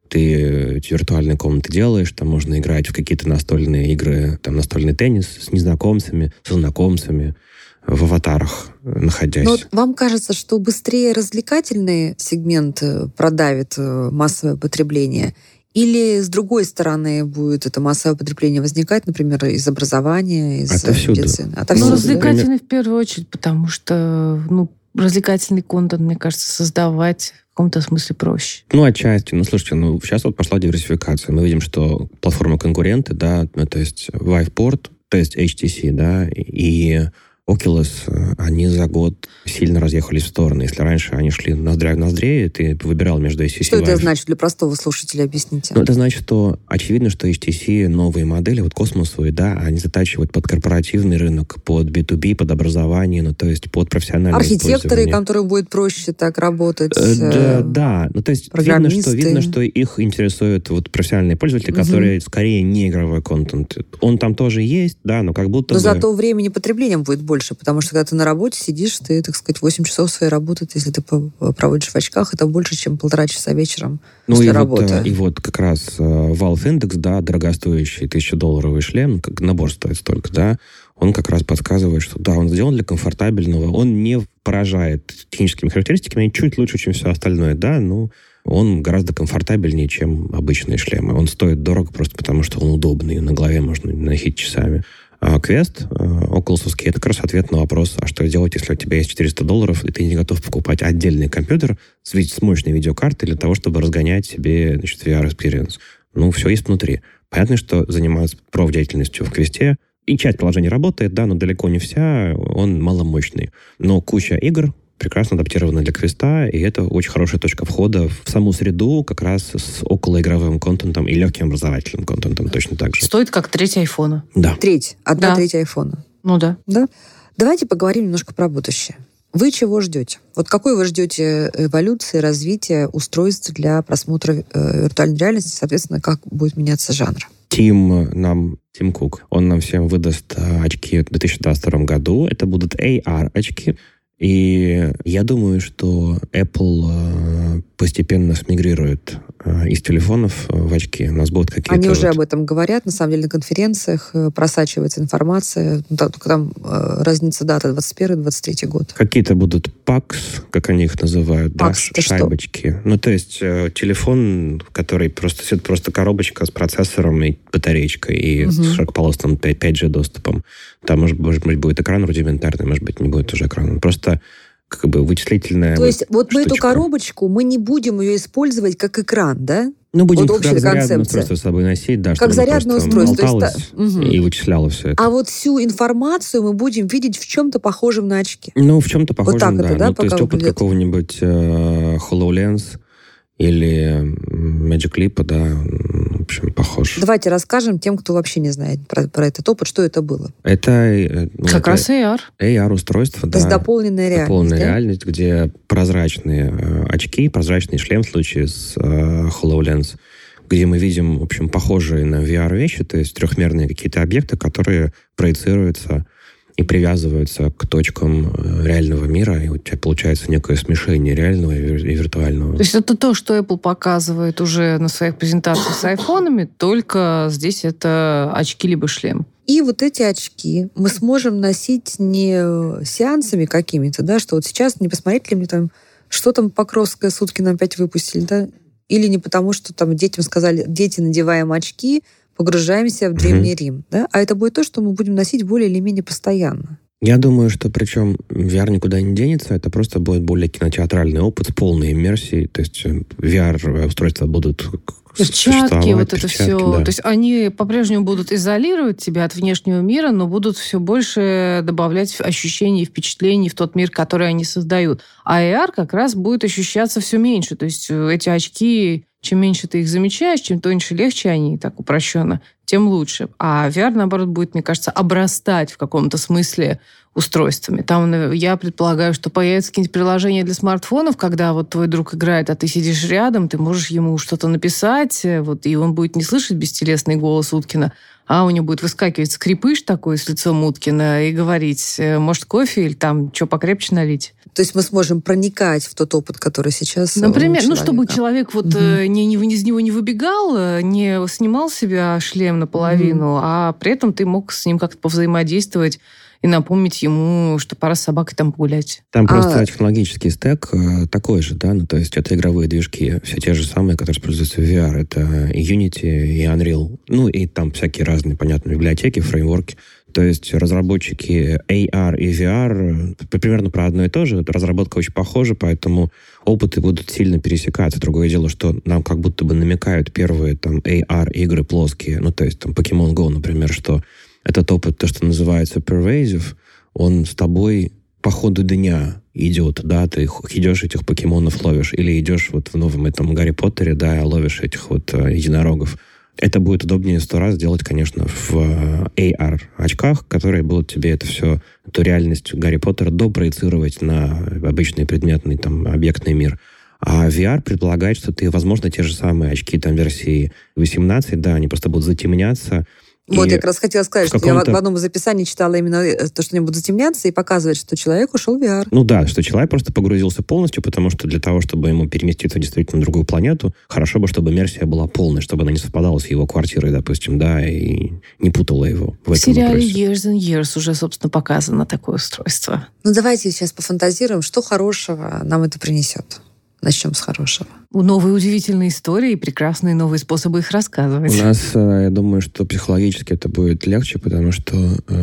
ты эти виртуальные комнаты делаешь, там можно играть в какие-то настольные игры, там настольный теннис с незнакомцами, со знакомцами, в аватарах находясь.
Но вот вам кажется, что быстрее развлекательный сегмент продавит массовое потребление? Или, с другой стороны, будет это массовое потребление возникать, например, из образования, из медицины?
Отовсюду. Развлекательный в первую очередь, потому что развлекательный контент, мне кажется, создавать в каком-то смысле проще.
Отчасти. Слушайте, сейчас вот пошла диверсификация. Мы видим, что платформы-конкуренты, да, то есть Viveport, то есть HTC, да, и Oculus, они за год сильно разъехались в стороны. Если раньше они шли ноздря в ноздре, ты выбирал между HTC и
Что это значит для простого слушателя? Объясните.
Это значит, что очевидно, что HTC новые модели, вот космосовые, да, они затачивают под корпоративный рынок, под B2B, под образование, то есть под профессиональное
архитекторы, которым будет проще так работать.
Да. То есть видно, что их интересуют вот профессиональные пользователи, которые скорее не игровой контент. Он там тоже есть, да, но как будто
но зато времени потребления будет больше, потому что когда ты на работе сидишь, ты, так сказать, 8 часов своей работы, если ты проводишь в очках, это больше, чем 1,5 часа вечером после работы.
И вот как раз Valve Index, да, дорогостоящий $1000 шлем, как набор стоит столько, да, он как раз подсказывает, что да, он сделан для комфортабельного, он не поражает техническими характеристиками, чуть лучше, чем все остальное, да, он гораздо комфортабельнее, чем обычные шлемы. Он стоит дорого просто потому, что он удобный, на голове можно носить часами. А Quest, Oculus'овский, это как раз ответ на вопрос, а что делать, если у тебя есть $400, и ты не готов покупать отдельный компьютер с мощной видеокартой для того, чтобы разгонять себе, VR-экспириенс. Все есть внутри. Понятно, что заниматься профдеятельностью в Quest'е, и часть приложений работает, да, но далеко не вся, он маломощный. Но куча игр прекрасно адаптирована для Квеста, и это очень хорошая точка входа в саму среду как раз с околоигровым контентом и легким образовательным контентом точно так же.
Стоит как треть айфона.
Да.
Треть айфона.
Да.
Давайте поговорим немножко про будущее. Вы чего ждете? Вот какой вы ждете эволюции, развития устройств для просмотра виртуальной реальности, соответственно, как будет меняться жанр?
Тим Кук, он нам всем выдаст очки в 2022 году. Это будут AR-очки. И я думаю, что Apple постепенно смигрирует из телефонов в очки. У нас будут какие-то...
Они уже об этом говорят, на самом деле, на конференциях просачивается информация. Там разница дата 21-23 год.
Какие-то будут PAX, как они их называют,
PAX,
да, шайбочки. То есть телефон, который просто коробочка с процессором и батареечкой, и с широкополосным 5G доступом. Там, может быть, будет экран рудиментарный, может быть, не будет уже экрана. Просто как бы вычислительная
То есть вот
штучка.
мы эту коробочку, мы не будем ее использовать как экран, да?
Будем вот как зарядное устройство с собой носить, да,
как зарядное устройство.
И вычисляло все это.
А вот всю информацию мы будем видеть в чем-то похожем на очки.
В чем-то похожем,
вот так
да.
Это,
то есть опыт какого-нибудь HoloLens или Magic Leap, да, в общем, похож.
Давайте расскажем тем, кто вообще не знает про этот опыт, что это было.
Это
как раз AR.
AR-устройство, да.
То есть дополненная реальность.
Дополненная реальность, где прозрачные очки, прозрачный шлем в случае с HoloLens, где мы видим, в общем, похожие на VR вещи, то есть трехмерные какие-то объекты, которые проецируются и привязываются к точкам реального мира, и у тебя получается некое смешение реального и виртуального.
То есть это то, что Apple показывает уже на своих презентациях с айфонами, только здесь это очки либо шлем.
И вот эти очки мы сможем носить не сеансами какими-то, да, что вот сейчас не посмотреть ли мне там, что там Покровская сутки нам опять выпустили, да, или не потому, что там детям сказали, дети, надеваем очки, погружаемся в Древний Рим, да? А это будет то, что мы будем носить более или менее постоянно.
Я думаю, что причем VR никуда не денется, это просто будет более кинотеатральный опыт с полной иммерсией, то есть VR-устройства будут
перчатки, вот это
перчатки,
все.
да.
То есть они по-прежнему будут изолировать тебя от внешнего мира, но будут все больше добавлять ощущений и впечатлений в тот мир, который они создают. А AR как раз будет ощущаться все меньше. То есть эти очки, чем меньше ты их замечаешь, чем тоньше, легче они, так упрощенно, тем лучше. А VR, наоборот, будет, мне кажется, обрастать в каком-то смысле устройствами. Там, я предполагаю, что появятся какие-нибудь приложения для смартфонов, когда вот твой друг играет, а ты сидишь рядом, ты можешь ему что-то написать, вот, и он будет не слышать бестелесный голос Уткина, а у него будет выскакивать скрипыш такой с лицом Уткина и говорить, может, кофе или там что покрепче налить.
То есть мы сможем проникать в тот опыт, который сейчас
Например,
у человека.
Чтобы человек вот из него не выбегал, не снимал с себя шлем наполовину, а при этом ты мог с ним как-то повзаимодействовать и напомнить ему, что пора с собакой там погулять.
Там просто технологический стек такой же, да, ну, то есть это игровые движки, все те же самые, которые используются в VR, это и Unity, и Unreal, ну, и там всякие разные, понятно, библиотеки, фреймворки. То есть разработчики AR и VR примерно про одно и то же. Разработка очень похожа, поэтому опыты будут сильно пересекаться. Другое дело, что нам как будто бы намекают первые там AR-игры плоские, ну, то есть там Pokemon Go, например, что этот опыт, то, что называется pervasive, он с тобой по ходу дня идет, да, ты идешь этих покемонов ловишь, или идешь вот в новом этом Гарри Поттере, да, ловишь этих вот единорогов. Это будет удобнее 100 раз делать, конечно, в AR-очках, которые будут тебе это все, эту реальность Гарри Поттера допроецировать на обычный предметный там объектный мир. А VR предполагает, что ты, возможно, те же самые очки там версии 18, да, они просто будут затемняться.
Вот, я как раз хотела сказать, что я в одном из описаний читала именно то, что они будут затемняться и показывать, что человек ушел в VR.
Ну да, что человек просто погрузился полностью, потому что для того, чтобы ему переместиться действительно на другую планету, хорошо бы, чтобы иммерсия была полной, чтобы она не совпадала с его квартирой, допустим, да, и не путала его в этом
В сериале
вопросе.
Years and Years уже, собственно, показано такое устройство.
Ну, давайте сейчас пофантазируем, что хорошего нам это принесет. Начнем с хорошего.
Новые удивительные истории и прекрасные новые способы их рассказывать.
У нас, я думаю, что психологически это будет легче, потому что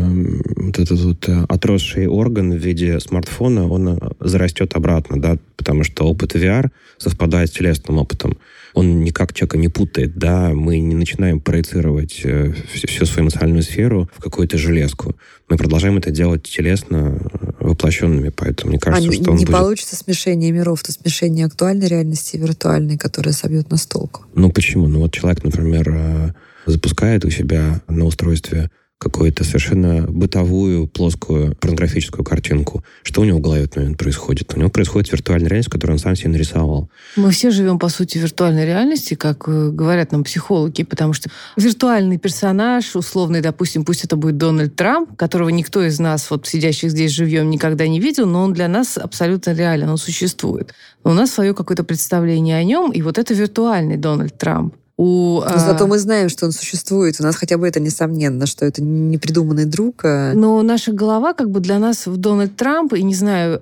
вот этот вот отросший орган в виде смартфона, он зарастет обратно, да, потому что опыт VR совпадает с телесным опытом. Он никак человека не путает, да, мы не начинаем проецировать всю свою эмоциональную сферу в какую-то железку. Мы продолжаем это делать телесно, воплощенными, поэтому мне кажется, что он
не
будет...
получится смешение миров, то смешение актуальной реальности и виртуальной, которая собьет нас с толку.
Ну почему? Ну вот человек, например, запускает у себя на устройстве какую-то совершенно бытовую, плоскую, порнографическую картинку. Что у него в голове в этот момент происходит? У него происходит виртуальная реальность, которую он сам себе нарисовал.
Мы все живем, по сути, в виртуальной реальности, как говорят нам психологи, потому что виртуальный персонаж, условный, допустим, пусть это будет Дональд Трамп, которого никто из нас, вот сидящих здесь живьем, никогда не видел, но он для нас абсолютно реален, он существует. Но у нас свое какое-то представление о нем, и вот это виртуальный Дональд Трамп.
Зато мы знаем, что он существует. У нас хотя бы это несомненно, что это не придуманный друг.
Но наша голова как бы для нас в Дональд Трамп и, не знаю,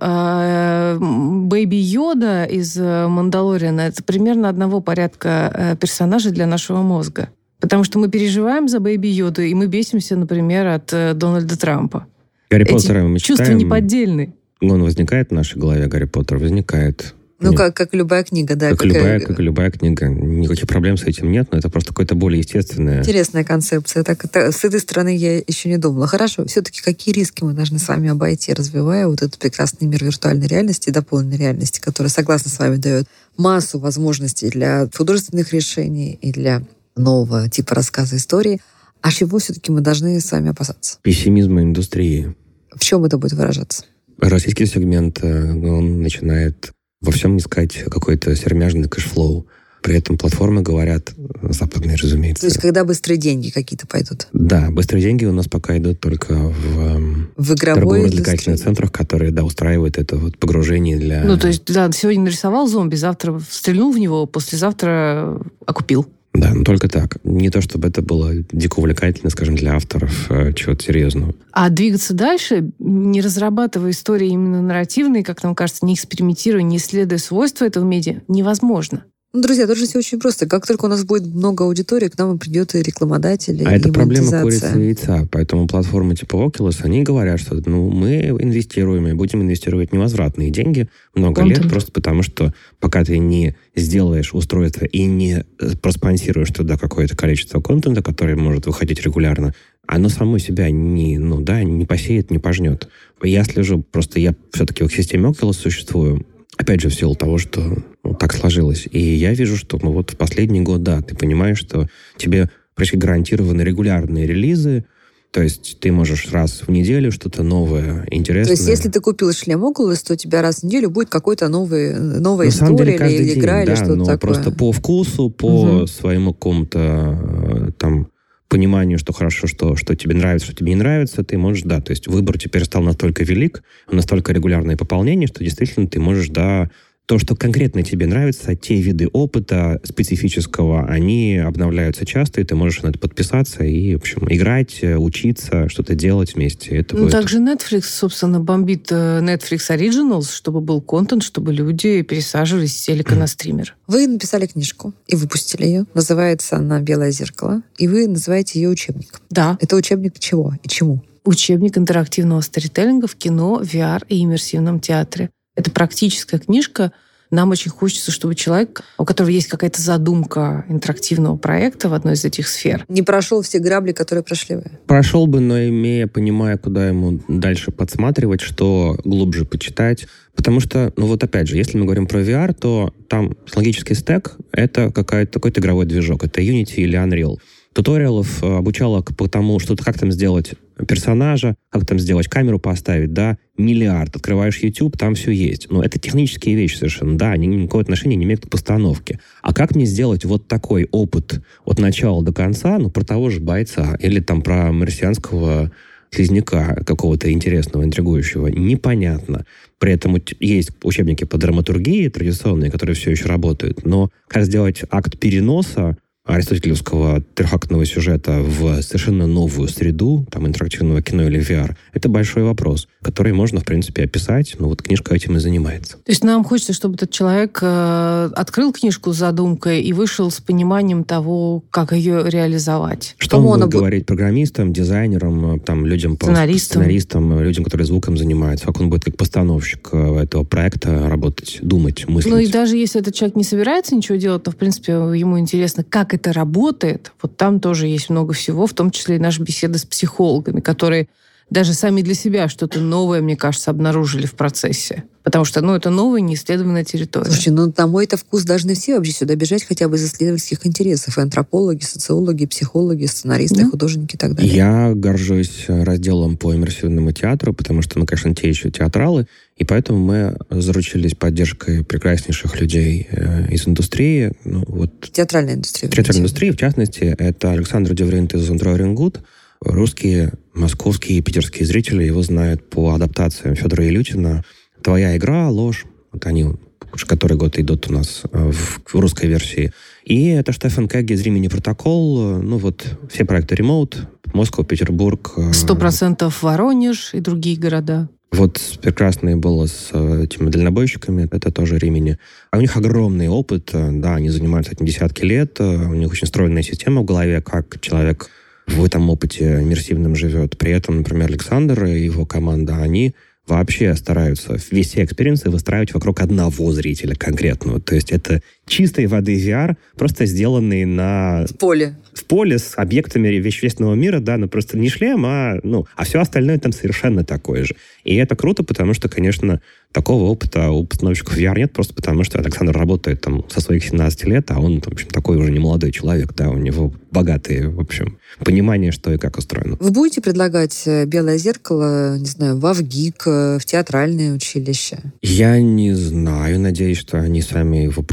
Бэйби Йода из «Мандалориана» — это примерно одного порядка персонажей для нашего мозга. Потому что мы переживаем за Бэйби Йоду, и мы бесимся, например, от Дональда Трампа.
Гарри Поттера мы читаем.
Чувства неподдельны.
Он возникает в нашей голове, Гарри Поттер возникает.
Ну, как любая книга, да.
Как любая книга. Никаких проблем с этим нет, но это просто какое-то более естественное.
Интересная концепция. С этой стороны я еще не думала. Хорошо, все-таки какие риски мы должны с вами обойти, развивая вот этот прекрасный мир виртуальной реальности и дополненной реальности, который, согласно с вами, дает массу возможностей для художественных решений и для нового типа рассказа истории. А чего все-таки мы должны с вами опасаться?
Пессимизма индустрии.
В чем это будет выражаться?
Российский сегмент, он начинает во всем искать какой-то сермяжный кэшфлоу. При этом платформы говорят, западные, разумеется.
То есть, когда быстрые деньги какие-то пойдут?
Да, быстрые деньги у нас пока идут только в торгово-развлекательных центрах, которые, да, устраивают это вот погружение для...
Ну, то есть, да, сегодня нарисовал зомби, завтра стрельнул в него, послезавтра окупил.
Да, но только так. Не то, чтобы это было дико увлекательно, скажем, для авторов чего-то серьезного.
А двигаться дальше, не разрабатывая истории именно нарративные, как нам кажется, не экспериментируя, не исследуя свойства этого медиа, невозможно.
Ну, друзья, тоже все очень просто. Как только у нас будет много аудитории, к нам и придет и рекламодатели,
а
и
это проблема
монетизация.
курицы и яйца. Поэтому платформы типа Oculus, они говорят, что мы инвестируем и будем инвестировать невозвратные деньги много лет, просто потому что пока ты не сделаешь устройство и не проспонсируешь туда какое-то количество контента, который может выходить регулярно, оно само себя не посеет, не пожнет. Я слежу, просто я все-таки в системе Oculus существую, опять же, в силу того, что так сложилось. И я вижу, что в последний год, да, ты понимаешь, что тебе почти гарантированы регулярные релизы, то есть ты можешь раз в неделю что-то новое, интересное.
То есть если ты купил шлем Oculus, то у тебя раз в неделю будет какая-то новая история или игра, или что-то такое.
Просто по вкусу, по своему какому-то пониманию, что хорошо, что тебе нравится, что тебе не нравится, ты можешь, да, то есть выбор теперь стал настолько велик, настолько регулярное пополнение, что действительно ты можешь, да, то, что конкретно тебе нравится, те виды опыта специфического, они обновляются часто, и ты можешь на это подписаться и, в общем, играть, учиться, что-то делать вместе. Это будет...
Также Netflix, собственно, бомбит Netflix Originals, чтобы был контент, чтобы люди пересаживались с телека на стример.
Вы написали книжку и выпустили ее. Называется она «Белое зеркало», и вы называете ее учебник.
Да.
Это учебник чего и чему?
Учебник интерактивного сторителлинга в кино, VR и иммерсивном театре. Это практическая книжка. Нам очень хочется, чтобы человек, у которого есть какая-то задумка интерактивного проекта в одной из этих сфер,
не прошел все грабли, которые прошли вы.
Прошел бы, но понимая, куда ему дальше подсматривать, что глубже почитать. Потому что, опять же, если мы говорим про VR, то там технологический стек — это какой-то игровой движок. Это Unity или Unreal. Туториалов обучала по тому, как там сделать персонажа, как там сделать камеру поставить, да, миллиард. Открываешь YouTube, там все есть. Но это технические вещи совершенно, да, они никакого отношения не имеют к постановке. А как мне сделать вот такой опыт от начала до конца, про того же бойца или там про марсианского слизняка какого-то интересного, интригующего, непонятно. При этом есть учебники по драматургии традиционные, которые все еще работают, но как сделать акт переноса аристотелевского трехактного сюжета в совершенно новую среду, интерактивного кино или VR, это большой вопрос, который можно, в принципе, описать, но книжка этим и занимается.
То есть нам хочется, чтобы этот человек открыл книжку с задумкой и вышел с пониманием того, как ее реализовать.
Что он будет говорить программистам, дизайнерам, людям, сценаристам, людям, которые звуком занимаются, как он будет как постановщик этого проекта работать, думать, мыслить.
И даже если этот человек не собирается ничего делать, то, в принципе, ему интересно, как это работает. Там тоже есть много всего, в том числе и наши беседы с психологами, которые даже сами для себя что-то новое, мне кажется, обнаружили в процессе. Потому что, это новая, неисследованная территория.
Слушайте, на мой-то вкус должны все вообще сюда бежать хотя бы из исследовательских интересов. И антропологи, социологи, психологи, сценаристы, художники и так далее.
Я горжусь разделом по иммерсивному театру, потому что мы, конечно, те еще театралы, и поэтому мы заручились поддержкой прекраснейших людей из индустрии.
Театральной индустрии.
Театральной индустрии, в частности, это Александр Девринт из Drawing Good. Русские, московские и питерские зрители его знают по адаптациям Федора Илютина. «Твоя игра», «Ложь». Они уже который год идут у нас в русской версии. И это Штефан Кегги, «Зримини протокол». Все проекты «Ремоут», Москва, Петербург.
100% Воронеж и другие города.
Прекрасное было с этими дальнобойщиками, это тоже Римини. А у них огромный опыт, да, они занимаются этим десятки лет, у них очень стройная система в голове, как человек в этом опыте иммерсивном живет. При этом, например, Александр и его команда, они вообще стараются все экспириенсы выстраивать вокруг одного зрителя конкретного. То есть это чистой воды VR, просто сделанный в поле с объектами вещественного мира, да, просто не шлем, а все остальное там совершенно такое же. И это круто, потому что, конечно, такого опыта у постановщиков VR нет, просто потому что Александр работает со своих 17 лет, а он, в общем, такой уже не молодой человек, да, у него богатые, в общем, понимание, что и как устроено.
Вы будете предлагать «Белое зеркало», не знаю, в АВГИК, в театральное училище?
Я не знаю, надеюсь, что они сами его предложат.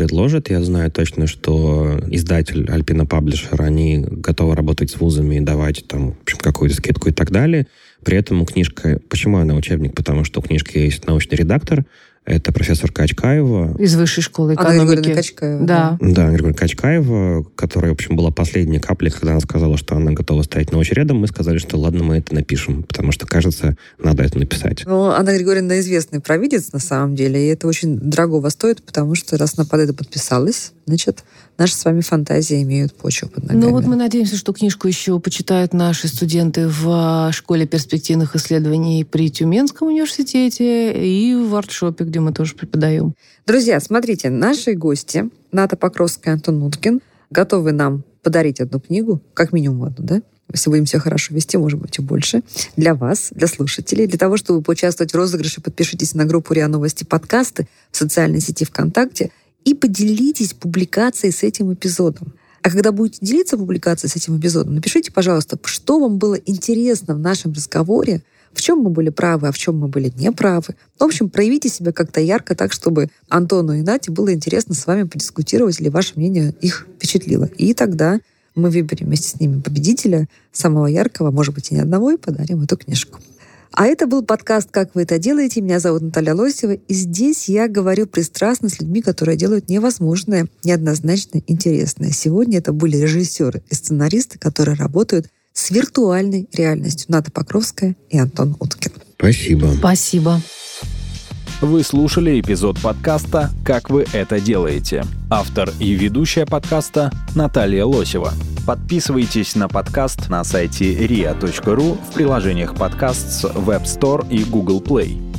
нет. Я знаю точно, что издатель Alpina Publisher, они готовы работать с вузами и давать там, в общем, какую-то скидку и так далее. При этом у книжки... Почему она учебник? Потому что у книжки есть научный редактор. Это профессор Качкаева.
Из Высшей школы экономики.
Анна Григорьевна Качкаева.
Да.
Да, Анна Григорьевна Качкаева, которая, в общем, была последней каплей, когда она сказала, что она готова стоять научредом. Мы сказали, что ладно, мы это напишем, потому что, кажется, надо это написать.
Ну, Анна Григорьевна известный провидец, на самом деле, и это очень дорогого стоит, потому что раз она под это подписалась, значит, наши с вами фантазии имеют почву под ногами.
Ну вот мы надеемся, что книжку еще почитают наши студенты в Школе перспективных исследований при Тюменском университете и в воркшопе, где мы тоже преподаем.
Друзья, смотрите, наши гости, Ната Покровская и Антон Уткин, готовы нам подарить одну книгу, как минимум одну, да? Если будем все хорошо вести, может быть, и больше. Для вас, для слушателей. Для того, чтобы поучаствовать в розыгрыше, подпишитесь на группу РИА Новости подкасты в социальной сети ВКонтакте и поделитесь публикацией с этим эпизодом. А когда будете делиться публикацией с этим эпизодом, напишите, пожалуйста, что вам было интересно в нашем разговоре, в чем мы были правы, а в чем мы были неправы. В общем, проявите себя как-то ярко, так, чтобы Антону и Нате было интересно с вами подискутировать, или ваше мнение их впечатлило. И тогда мы выберем вместе с ними победителя, самого яркого, может быть, и не одного, и подарим эту книжку. А это был подкаст «Как вы это делаете?». Меня зовут Наталья Лосева, и здесь я говорю пристрастно с людьми, которые делают невозможное, неоднозначно интересное. Сегодня это были режиссеры и сценаристы, которые работают с виртуальной реальностью. Ната Покровская и Антон Уткин.
Спасибо.
Спасибо.
Вы слушали эпизод подкаста «Как вы это делаете?». Автор и ведущая подкаста Наталья Лосева. Подписывайтесь на подкаст на сайте ria.ru, в приложениях подкаст с Web Store и Google Play.